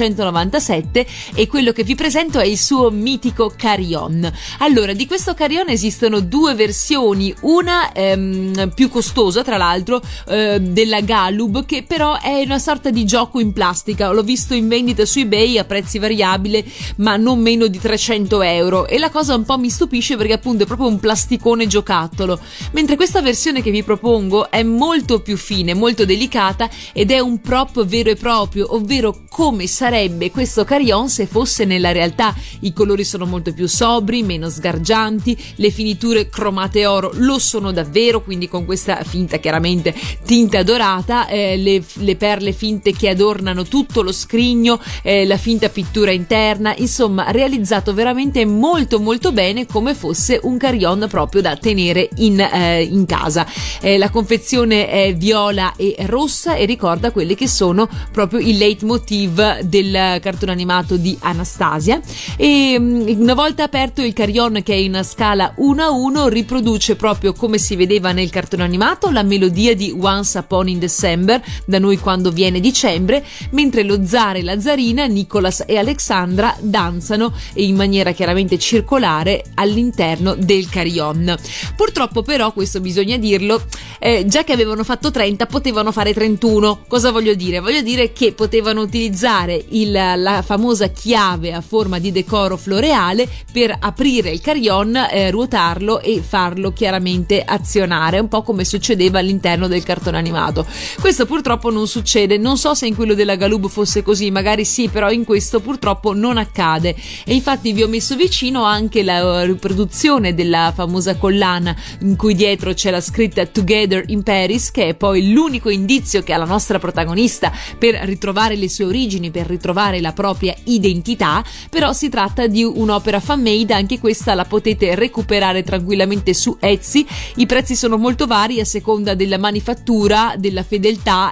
1997 e quello che vi presento è il suo mitico Carillon. Allora, di questo Carillon esistono due versioni, una più costosa tra l'altro, della Galub, che però è una sorta di gioco in plastica. L'ho visto in vendita su eBay a prezzi variabili, ma non meno di 300 euro, e la cosa un po' mi stupisce perché appunto è proprio un plasticone giocattolo, mentre questa versione che vi propongo è molto più fine, molto delicata, ed è un prop vero e proprio, ovvero come sarebbe questo Carillon se fosse nella realtà. I colori sono molto più sobri, meno sgargianti, le finiture cromate oro lo sono davvero, quindi con questa finta chiaramente tinta dorata, le perle finte che adornano tutto lo scrigno, la finta pittura interna, insomma realizzato veramente molto molto bene, come fosse un Carillon proprio da tenere in casa. La confezione è viola e rossa e ricorda quelli che sono proprio i leitmotiv del cartone animato di Anastasia, e una volta aperto il Carillon, che è in scala 1:1, riproduce proprio come si vedeva nel cartone animato la melodia di Once Upon in December, da noi quando viene dicembre, mentre lo zar e la zarina, Nicholas e Alexandra, danzano in maniera chiaramente circolare all'interno del Carillon. Purtroppo però, questo bisogna dirlo, già che avevano fatto 30 potevano fare 31. Cosa voglio dire? Voglio dire che potevano utilizzare la famosa chiave a forma di decoro floreale per aprire il Carillon, ruotarlo e farlo chiaramente azionare, un po' come succedeva all'interno del cartone animato. Questo purtroppo non succede, non so se in quello della Galub fosse così, magari sì, però in questo purtroppo non accade. E infatti vi ho messo vicino anche la riproduzione della famosa collana in cui dietro c'è la scritta Together in Paris, che è poi l'unico indizio che ha la nostra protagonista per ritrovare le sue origini, per ritrovare la propria identità. Però si tratta di un'opera fan-made, anche questa la potete recuperare tranquillamente su Etsy. I prezzi sono molto vari a seconda della manifattura, della fedeltà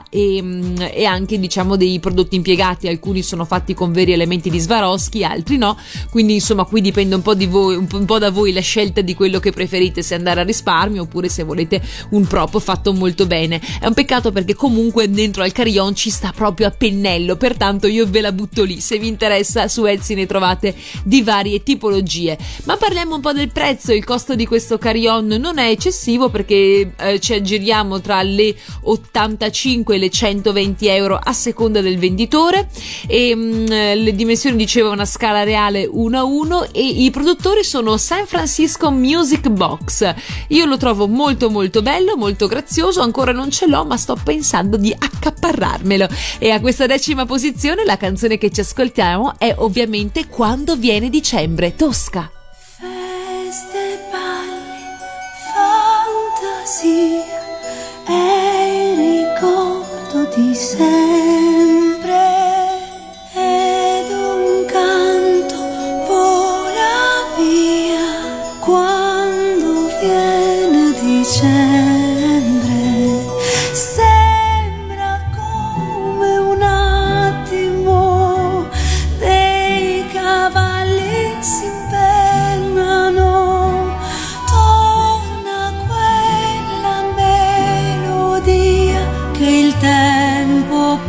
e anche diciamo dei prodotti impiegati. Alcuni sono fatti con veri elementi di Swarovski, altri no, quindi insomma qui dipende un po' di voi, un po' da voi la scelta di quello che preferite, se andare a risparmio oppure se volete un prop fatto molto bene. È un peccato perché comunque dentro al Carillon ci sta proprio a pennello, pertanto io ve la butto lì, se vi interessa su Etsy ne trovate di varie tipologie. Ma parliamo un po' del prezzo. Il costo di questo Carillon non è eccessivo, perché ci aggiriamo tra le 85 e le 120 euro a seconda del venditore, e le dimensioni, dicevo, una scala reale 1:1, e i produttori sono San Francisco Music Box. Io lo trovo molto molto bello, molto grazioso, ancora non ce l'ho ma sto pensando di accaparrarmelo. E a questa 10ª posizione la canzone che ci ascoltiamo è ovviamente Quando viene dicembre, Tosca. Feste, balli, fantasia e il ricordo di sempre, ed un canto vola via quando viene dicembre. Sembra come un attimo dei cavalli si impennano, torna quella melodia che il tempo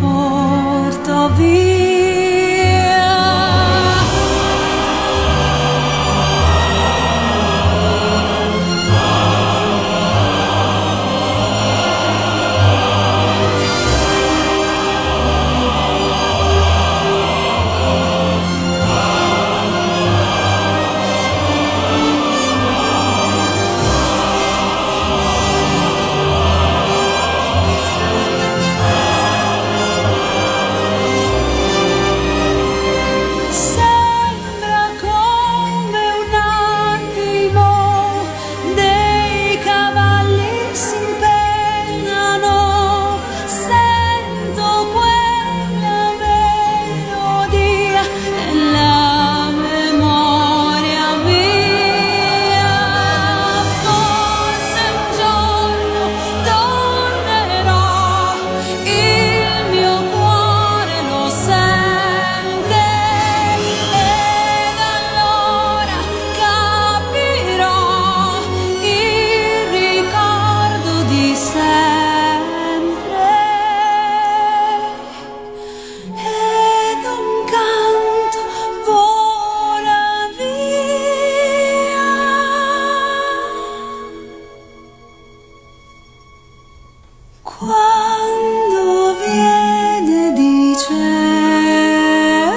quando viene dicembre.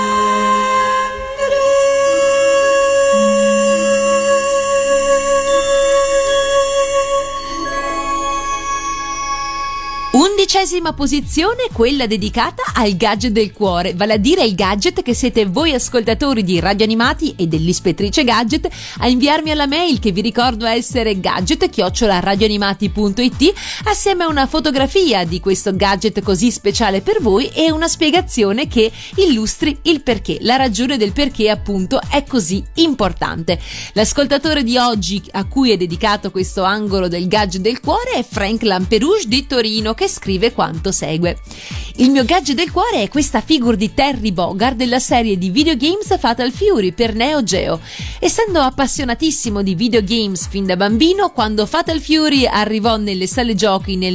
Undicesima posizione, quella dedicata al gadget del cuore, vale a dire il gadget che siete voi ascoltatori di Radio Animati e dell'Ispettrice Gadget a inviarmi alla mail, che vi ricordo essere gadget@radioanimati.it, assieme a una fotografia di questo gadget così speciale per voi e una spiegazione che illustri il perché, la ragione del perché appunto è così importante. L'ascoltatore di oggi a cui è dedicato questo angolo del gadget del cuore è Frank Lamperouge di Torino, che scrive quanto segue: il mio gadget del cuore è questa figure di Terry Bogard della serie di videogames Fatal Fury per Neo Geo. Essendo appassionatissimo di videogames fin da bambino, quando Fatal Fury arrivò nelle sale giochi nel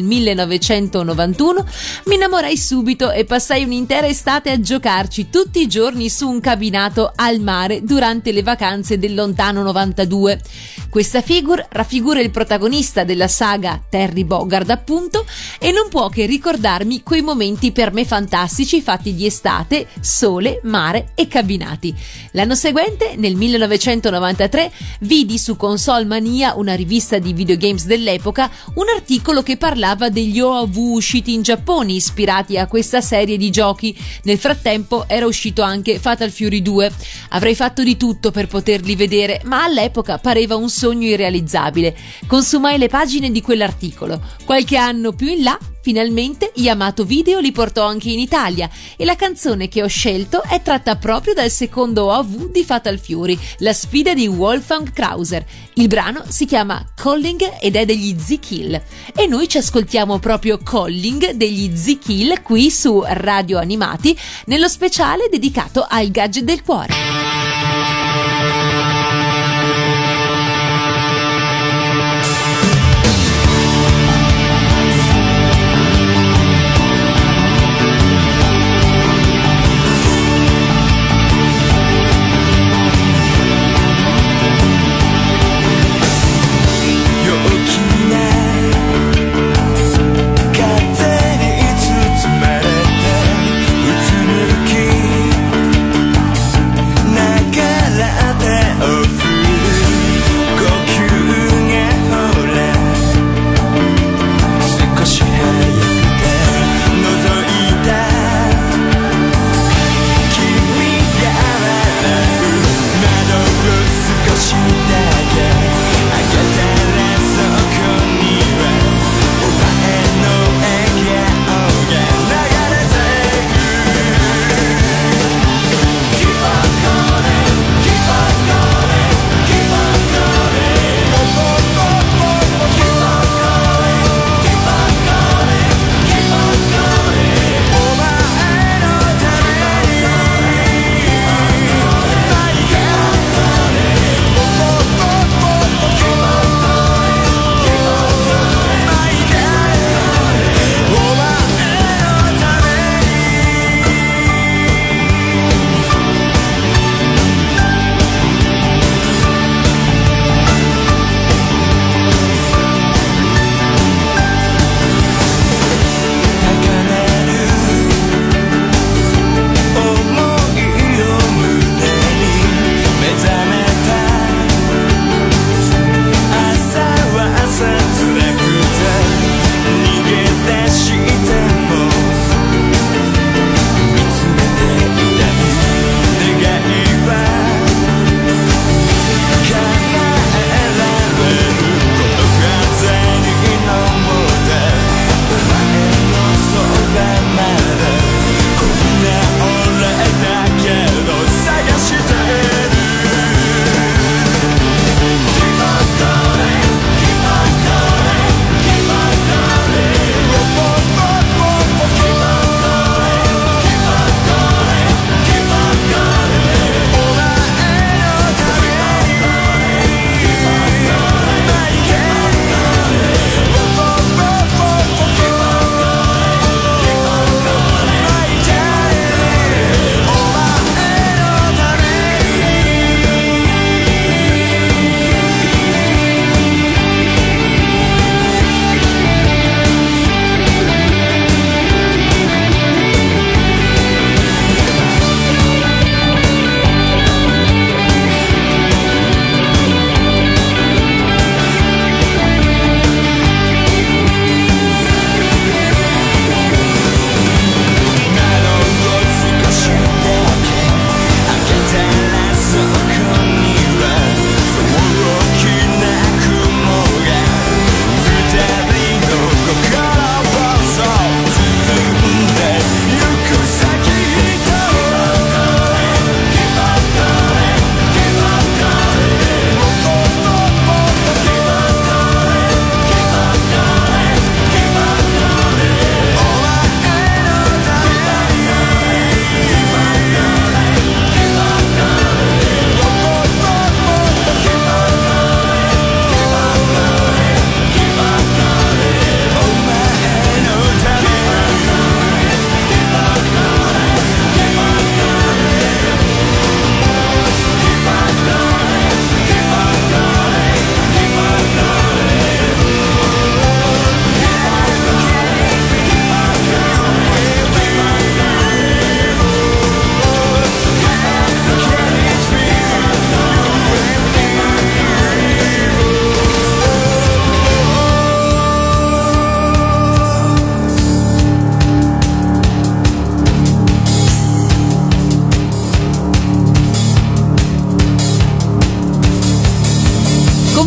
1991 mi innamorai subito e passai un'intera estate a giocarci tutti i giorni su un cabinato al mare durante le vacanze del lontano 92. Questa figure raffigura il protagonista della saga, Terry Bogard appunto, e non può che ricordarmi quei momenti per me fantastici fatti di estate, sole, mare e cabinati. L'anno seguente, nel 1993, vidi su Console Mania, una rivista di videogames dell'epoca, un articolo che parlava degli OAV usciti in Giappone ispirati a questa serie di giochi. Nel frattempo era uscito anche Fatal Fury 2. Avrei fatto di tutto per poterli vedere, ma all'epoca pareva un sogno irrealizzabile. Consumai le pagine di quell'articolo. Qualche anno più in là, finalmente Yamato Video li portò anche in Italia e la canzone che ho scelto è tratta proprio dal secondo OAV di Fatal Fury, la sfida di Wolfgang Krauser. Il brano si chiama Calling ed è degli Z-Kill e noi ci ascoltiamo proprio Calling degli Z-Kill qui su Radio Animati nello speciale dedicato al gadget del cuore. Now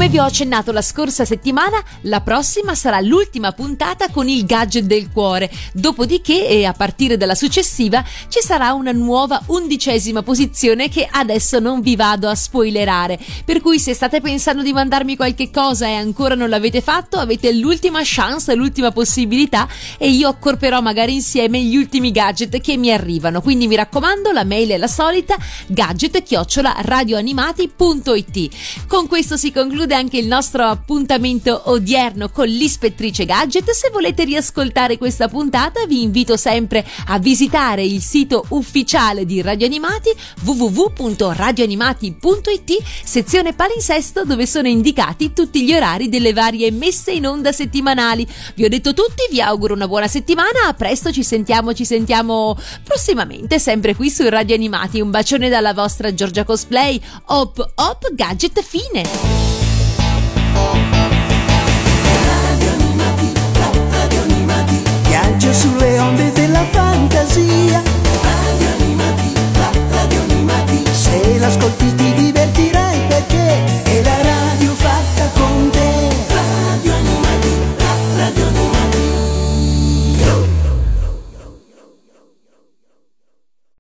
Come vi ho accennato la scorsa settimana, la prossima sarà l'ultima puntata con il gadget del cuore, dopodiché e a partire dalla successiva ci sarà una nuova 11ª posizione che adesso non vi vado a spoilerare, per cui se state pensando di mandarmi qualche cosa e ancora non l'avete fatto, avete l'ultima chance, l'ultima possibilità, e io accorperò magari insieme gli ultimi gadget che mi arrivano. Quindi mi raccomando, la mail è la solita: gadget@radioanimati.it. Con questo si conclude anche il nostro appuntamento odierno con l'ispettrice Gadget. Se volete riascoltare questa puntata, vi invito sempre a visitare il sito ufficiale di Radio Animati, www.radioanimati.it, sezione palinsesto, dove sono indicati tutti gli orari delle varie messe in onda settimanali. Vi ho detto tutti, vi auguro una buona settimana, a presto, ci sentiamo prossimamente sempre qui su Radio Animati. Un bacione dalla vostra Giorgia Cosplay. Hop hop, gadget fine.